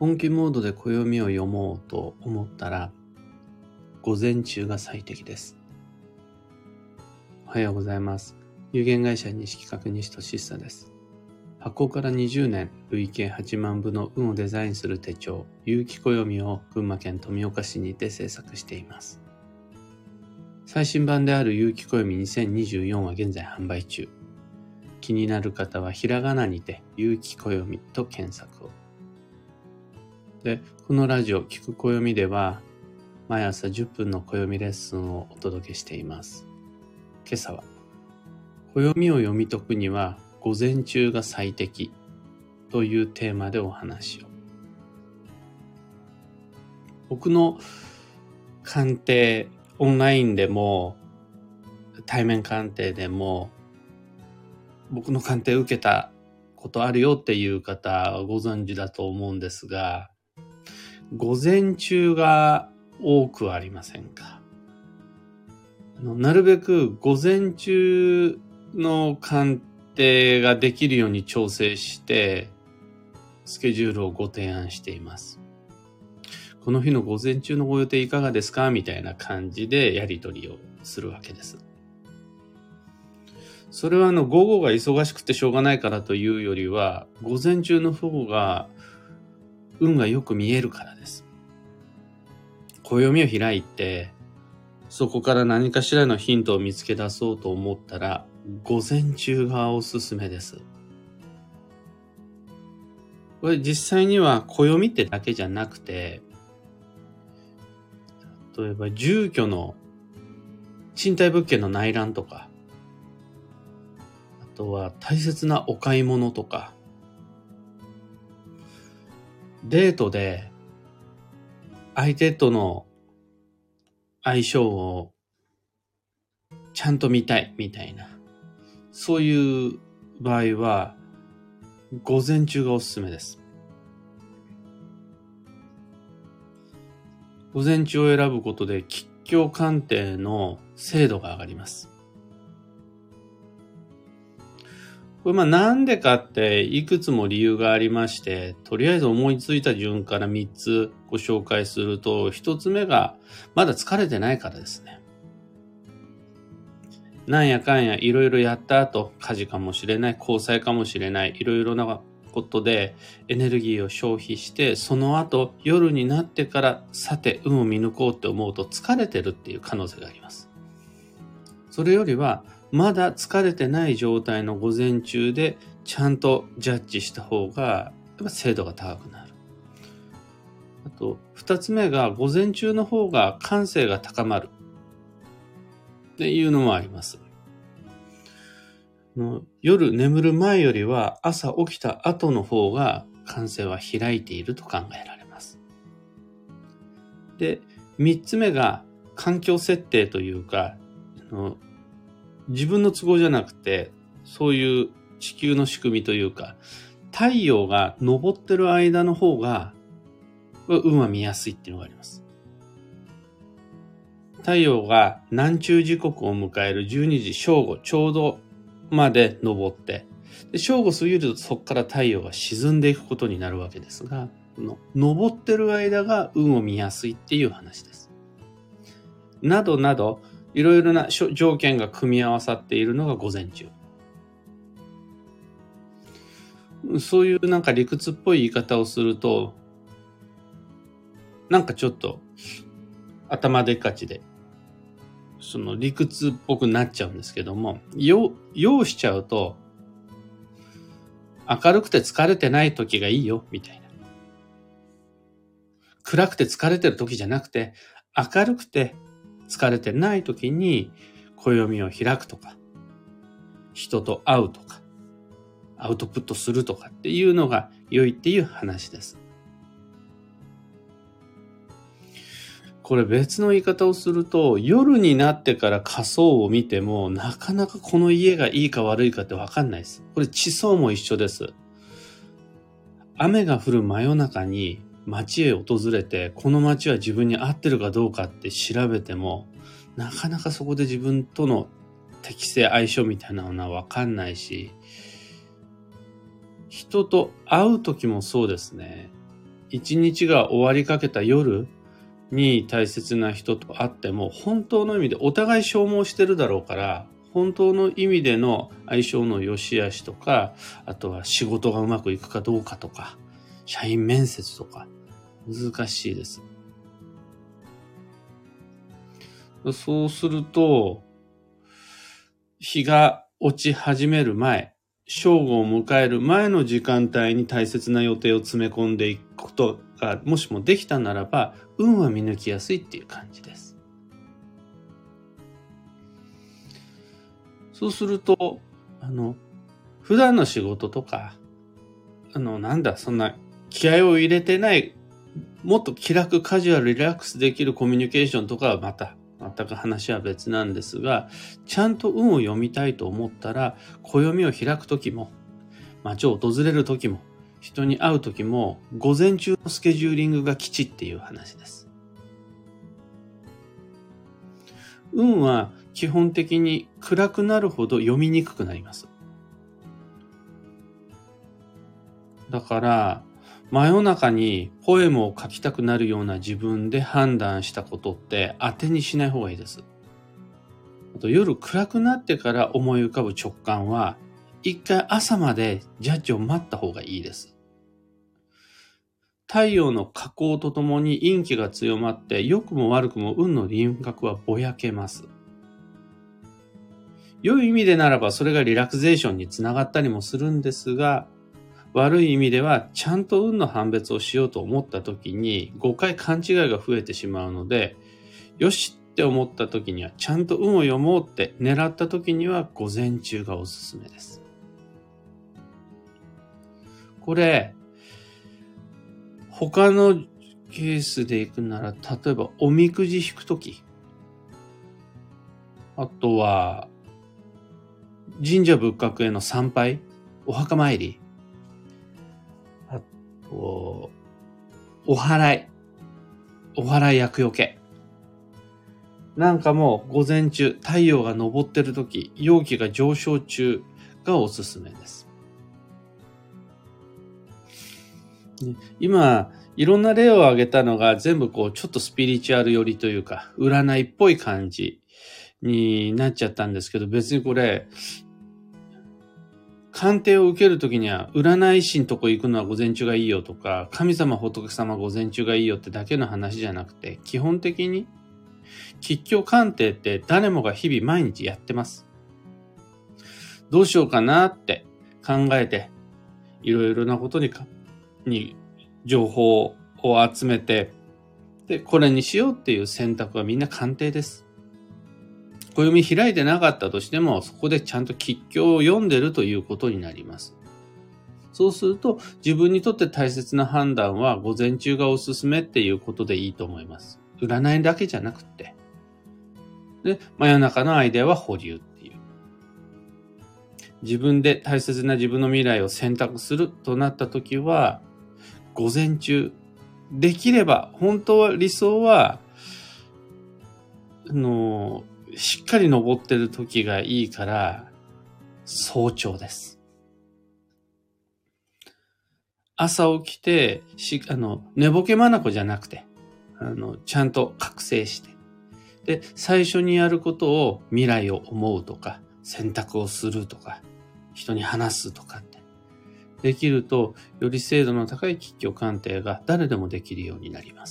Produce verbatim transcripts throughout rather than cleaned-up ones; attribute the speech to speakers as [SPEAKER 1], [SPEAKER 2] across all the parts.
[SPEAKER 1] 本気モードで暦を読もうと思ったら、午前中が最適です。おはようございます。有限会社西企画西俊久です。発行からにじゅうねん、累計はちまんぶの運をデザインする手帳、有機暦を群馬県富岡市にて制作しています。最新版である有機暦にせんにじゅうよんは現在販売中。気になる方はひらがなにて有機暦と検索を。で、このラジオ聞く暦では毎朝じゅっぷんの暦レッスンをお届けしています。今朝は暦を読み解くには午前中が最適というテーマでお話を。僕の鑑定、オンラインでも対面鑑定でも僕の鑑定を受けたことあるよっていう方はご存知だと思うんですが、午前中が多くありませんか？なるべく午前中の鑑定ができるように調整してスケジュールをご提案しています。この日の午前中のご予定いかがですかみたいな感じでやり取りをするわけです。それはあの午後が忙しくてしょうがないからというよりは、午前中の方が運がよく見えるからです。暦を開いて、そこから何かしらのヒントを見つけ出そうと思ったら、午前中がおすすめです。これ実際には暦ってだけじゃなくて、例えば住居の賃貸物件の内覧とか、あとは大切なお買い物とか、デートで相手との相性をちゃんと見たいみたいな、そういう場合は午前中がおすすめです。午前中を選ぶことで吉凶鑑定の精度が上がります。これまあなんでかっていくつも理由がありまして、とりあえず思いついた順からみっつご紹介すると、ひとつめがまだ疲れてないからですね。なんやかんやいろいろやった後、家事かもしれない、交際かもしれない、いろいろなことでエネルギーを消費して、その後夜になってからさて運を見抜こうって思うと疲れてるっていう可能性があります。それよりはまだ疲れてない状態の午前中でちゃんとジャッジした方がやっぱ精度が高くなる。あと二つ目が午前中の方が感性が高まるっていうのもあります。夜眠る前よりは朝起きた後の方が感性は開いていると考えられます。で、三つ目が環境設定というか、自分の都合じゃなくて、そういう地球の仕組みというか、太陽が昇ってる間の方が運は見やすいっていうのがあります。太陽が南中時刻を迎えるじゅうにじ正午ちょうどまで昇って、で正午過ぎるとそこから太陽が沈んでいくことになるわけですが、昇ってる間が運を見やすいっていう話です。などなど、いろいろな条件が組み合わさっているのが午前中。そういうなんか理屈っぽい言い方をすると、なんかちょっと頭でっかちで、その理屈っぽくなっちゃうんですけども、よ、要しちゃうと、明るくて疲れてない時がいいよ、みたいな。暗くて疲れてる時じゃなくて、明るくて疲れてない時に暦を開くとか、人と会うとか、アウトプットするとかっていうのが良いっていう話です。これ別の言い方をすると、夜になってから仮想を見ても、なかなかこの家がいいか悪いかって分かんないです。これ地層も一緒です。雨が降る真夜中に街へ訪れて、この街は自分に合ってるかどうかって調べても、なかなかそこで自分との適性相性みたいなのは分かんないし、人と会う時もそうですね。 一日が終わりかけた夜に大切な人と会っても、本当の意味でお互い消耗してるだろうから、本当の意味での相性の良し悪しとか、あとは仕事がうまくいくかどうかとか、社員面接とか、難しいです。そうすると、日が落ち始める前、正午を迎える前の時間帯に大切な予定を詰め込んでいくことが、もしもできたならば、運は見抜きやすいっていう感じです。そうすると、あの、普段の仕事とか、あの、なんだ、そんな気合を入れてない、もっと気楽、カジュアル、リラックスできるコミュニケーションとかはまた、全く話は別なんですが、ちゃんと運を読みたいと思ったら、暦を開くときも、街を訪れるときも、人に会うときも、午前中のスケジューリングが基地っていう話です。運は基本的に暗くなるほど読みにくくなります。だから、真夜中にポエムを書きたくなるような自分で判断したことって当てにしない方がいいです。あと夜暗くなってから思い浮かぶ直感は、一回朝までジャッジを待った方がいいです。太陽の下降とともに陰気が強まって、良くも悪くも運の輪郭はぼやけます。良い意味でならばそれがリラクゼーションにつながったりもするんですが、悪い意味ではちゃんと運の判別をしようと思った時に誤解勘違いが増えてしまうので、よしって思った時にはちゃんと運を読もうって狙った時には午前中がおすすめです。これ、他のケースで行くなら、例えばおみくじ引く時、あとは神社仏閣への参拝、お墓参り、あと、お祓い、お祓い厄除け。なんかも午前中、太陽が昇ってる時、陽気が上昇中がおすすめです。今、いろんな例を挙げたのが全部こう、ちょっとスピリチュアル寄りというか、占いっぽい感じになっちゃったんですけど、別にこれ、鑑定を受けるときには、占い師のとこ行くのは午前中がいいよとか、神様仏様午前中がいいよってだけの話じゃなくて、基本的に、吉凶鑑定って誰もが日々毎日やってます。どうしようかなって考えて、いろいろなことにか、に情報を集めて、で、これにしようっていう選択はみんな鑑定です。暦開いてなかったとしても、そこでちゃんと吉凶を読んでるということになります。そうすると、自分にとって大切な判断は午前中がおすすめっていうことでいいと思います。占いだけじゃなくって。で、真夜中のアイデアは保留っていう。自分で大切な自分の未来を選択するとなったときは、午前中、できれば、本当は理想は、あの、しっかり登ってる時がいいから、早朝です。朝起きて、し、あの、寝ぼけ眼じゃなくて、あの、ちゃんと覚醒して、で、最初にやることを未来を思うとか、選択をするとか、人に話すとかって、できると、より精度の高い吉凶鑑定が誰でもできるようになります。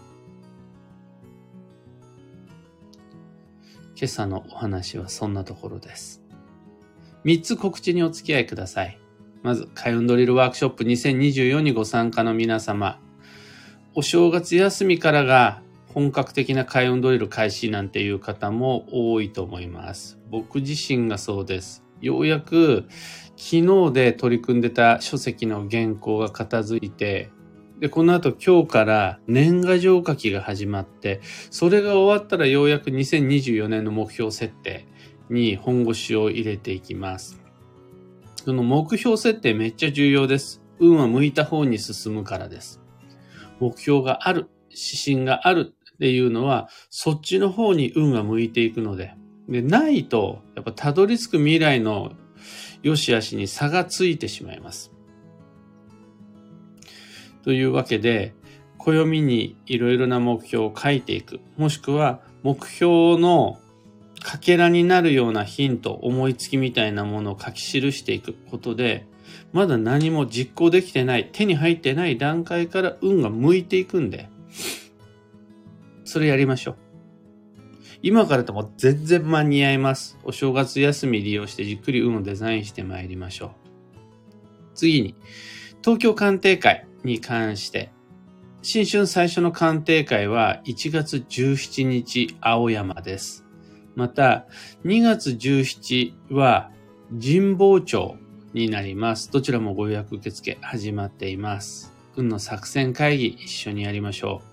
[SPEAKER 1] 今朝のお話はそんなところです。みっつ告知にお付き合いください。まず、開運ドリルワークショップにせんにじゅうよんにご参加の皆様。お正月休みからが本格的な開運ドリル開始なんていう方も多いと思います。僕自身がそうです。ようやく昨日で取り組んでた書籍の原稿が片付いて、で、この後今日から年賀状書きが始まって、それが終わったらようやくにせんにじゅうよねんの目標設定に本腰を入れていきます。その目標設定めっちゃ重要です。運は向いた方に進むからです。目標がある、指針があるっていうのは、そっちの方に運が向いていくので、で、ないと、やっぱたどり着く未来の良し悪しに差がついてしまいます。 というわけで、暦にいろいろな目標を書いていく。もしくは目標のかけらになるようなヒント、思いつきみたいなものを書き記していくことで、まだ何も実行できてない、手に入ってない段階から運が向いていくんで、それやりましょう。今からでも全然間に合います。お正月休み利用してじっくり運をデザインしてまいりましょう。次に、東京鑑定会に関して、新春最初の鑑定会はいちがつじゅうしちにち青山です。また、にがつじゅうしちは神保町になります。どちらもご予約受付始まっています。運の作戦会議一緒にやりましょう。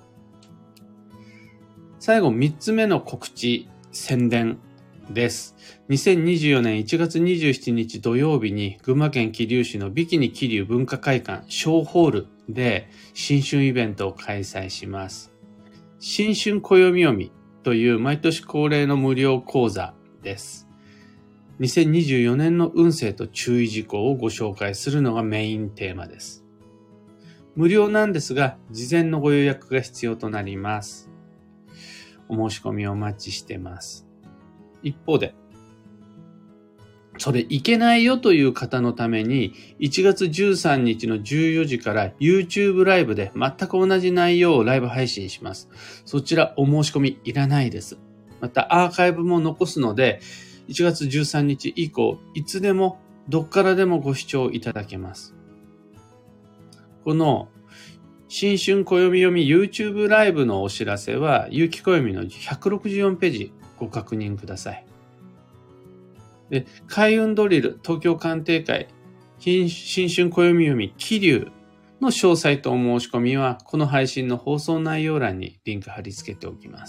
[SPEAKER 1] 最後みっつめの告知、宣伝です。にせんにじゅうよねんいちがつにじゅうしちにち土曜日に群馬県桐生市のビキニ桐生文化会館小ホールで新春イベントを開催します。新春暦読みという毎年恒例の無料講座です。にせんにじゅうよねんの運勢と注意事項をご紹介するのがメインテーマです。無料なんですが、事前のご予約が必要となります。お申し込みをお待ちしてます。一方で、それいけないよという方のために、いちがつじゅうさんにちのじゅうよじから YouTube ライブで全く同じ内容をライブ配信します。そちらお申し込みいらないです。またアーカイブも残すので、いちがつじゅうさんにち以降、いつでもどっからでもご視聴いただけます。この新春暦読み YouTube ライブのお知らせは、有機暦のひゃくろくじゅうよんページご確認ください。で、開運ドリル、東京鑑定会、新春暦読み桐生の詳細とお申し込みは、この配信の放送内容欄にリンク貼り付けておきます。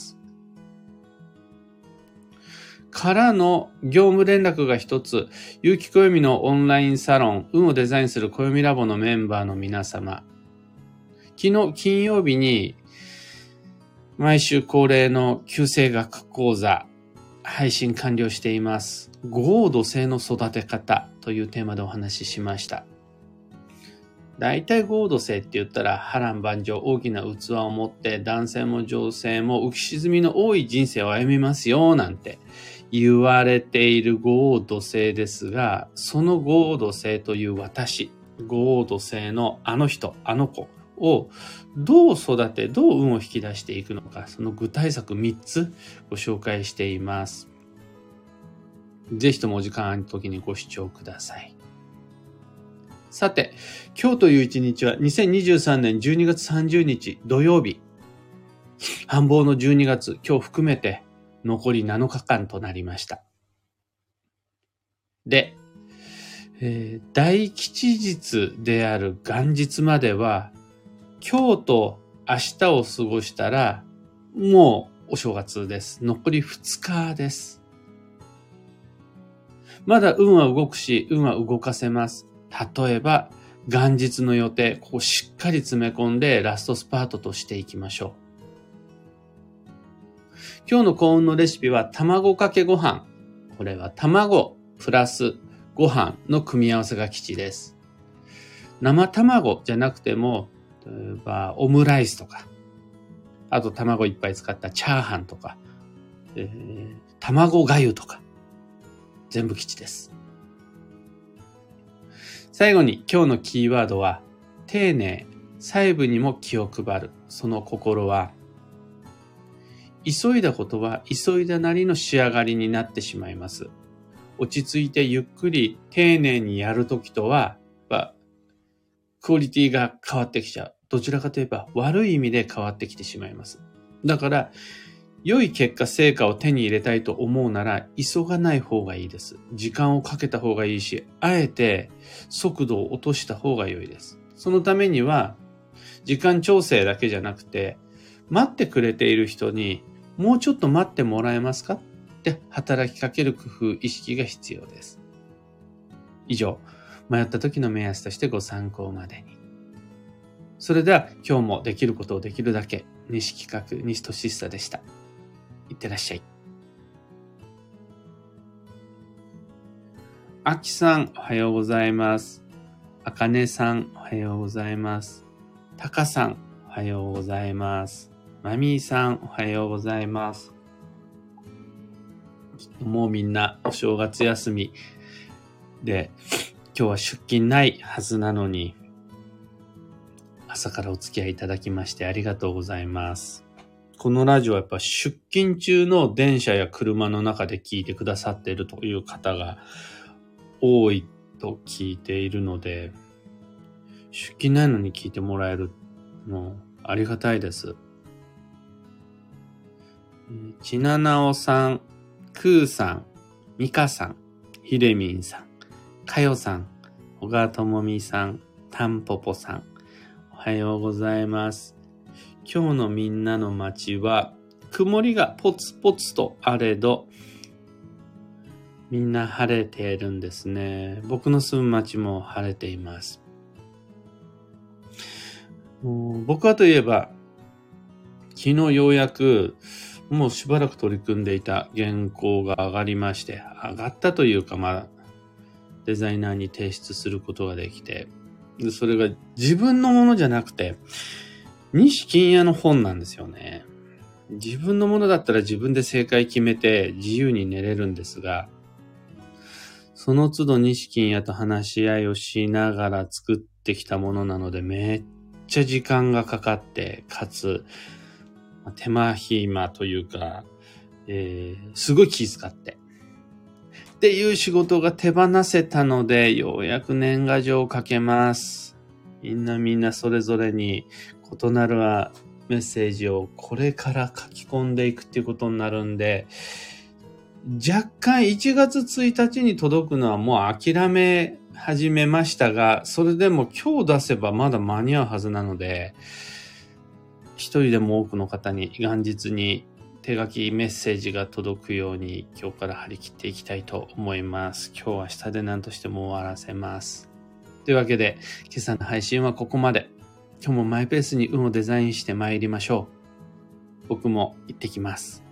[SPEAKER 1] からの業務連絡が一つ、有機暦のオンラインサロン、運をデザインする暦ラボのメンバーの皆様、昨日金曜日に毎週恒例の旧星学講座配信完了しています。五黄土星の育て方というテーマでお話ししました。だいたい五黄土星って言ったら波乱万丈、大きな器を持って男性も女性も浮き沈みの多い人生を歩みますよなんて言われている五黄土星ですが、その五黄土星という私、五黄土星のあの人、あの子をどう育て、どう運を引き出していくのか、その具体策みっつご紹介しています。ぜひともお時間ある時にご視聴ください。さて、今日という一日はにせんにじゅうさんねんじゅうにがつさんじゅうにち土曜日、繁忙のじゅうにがつ、今日含めて残りなのかかんとなりました。で、えー、大吉日である元日までは、今日と明日を過ごしたら、もうお正月です。残りふつかです。まだ運は動くし、運は動かせます。例えば、元日の予定、ここしっかり詰め込んでラストスパートとしていきましょう。今日の幸運のレシピは卵かけご飯。これは卵プラスご飯の組み合わせが吉です。生卵じゃなくても、例えばオムライスとか、あと卵いっぱい使ったチャーハンとか、えー、卵がゆとか、全部吉です。最後に今日のキーワードは、丁寧、細部にも気を配る。その心は、急いだことは急いだなりの仕上がりになってしまいます。落ち着いてゆっくり丁寧にやるときとは、クオリティが変わってきちゃう。どちらかといえば悪い意味で変わってきてしまいます。だから、良い結果、成果を手に入れたいと思うなら、急がない方がいいです。時間をかけた方がいいし、あえて速度を落とした方が良いです。そのためには、時間調整だけじゃなくて、待ってくれている人に、もうちょっと待ってもらえますかって働きかける工夫、意識が必要です。以上、迷った時の目安としてご参考までに。それでは今日もできることをできるだけ、西企画、西俊久でした。いってらっしゃい。あきさん、おはようございます。あかねさん、おはようございます。 タカさん、おはようございます。マミーさん、おはようございます。もうみんなお正月休みで、今日は出勤ないはずなのに、朝からお付き合いいただきましてありがとうございます。このラジオはやっぱ出勤中の電車や車の中で聞いてくださっているという方が多いと聞いているので、出勤ないのに聞いてもらえるのありがたいです。ちななおさん、くーさん、みかさん、ひでみんさん、かよさん、小川ともみさん、たんぽぽさん、おはようございます。今日のみんなの街は曇りがポツポツとあれど、みんな晴れているんですね。僕の住む街も晴れています。僕はといえば、昨日ようやくもうしばらく取り組んでいた原稿が上がりまして、上がったというか、まあ、デザイナーに提出することができて、でそれが自分のものじゃなくて、西金屋の本なんですよね。自分のものだったら自分で正解決めて自由に寝れるんですが、その都度西金屋と話し合いをしながら作ってきたものなので、めっちゃ時間がかかって、かつ、手間暇というか、えー、すごい気遣って。っていう仕事が手放せたので、ようやく年賀状をかけます。みんなみんなそれぞれに異なるメッセージをこれから書き込んでいくっていうことになるんで、若干いちがつついたちに届くのはもう諦め始めましたが、それでも今日出せばまだ間に合うはずなので、一人でも多くの方に元日に手書きメッセージが届くように今日から張り切っていきたいと思います。今日は明日で何としても終わらせます。というわけで今朝の配信はここまで。今日もマイペースに運をデザインして参りましょう。僕も行ってきます。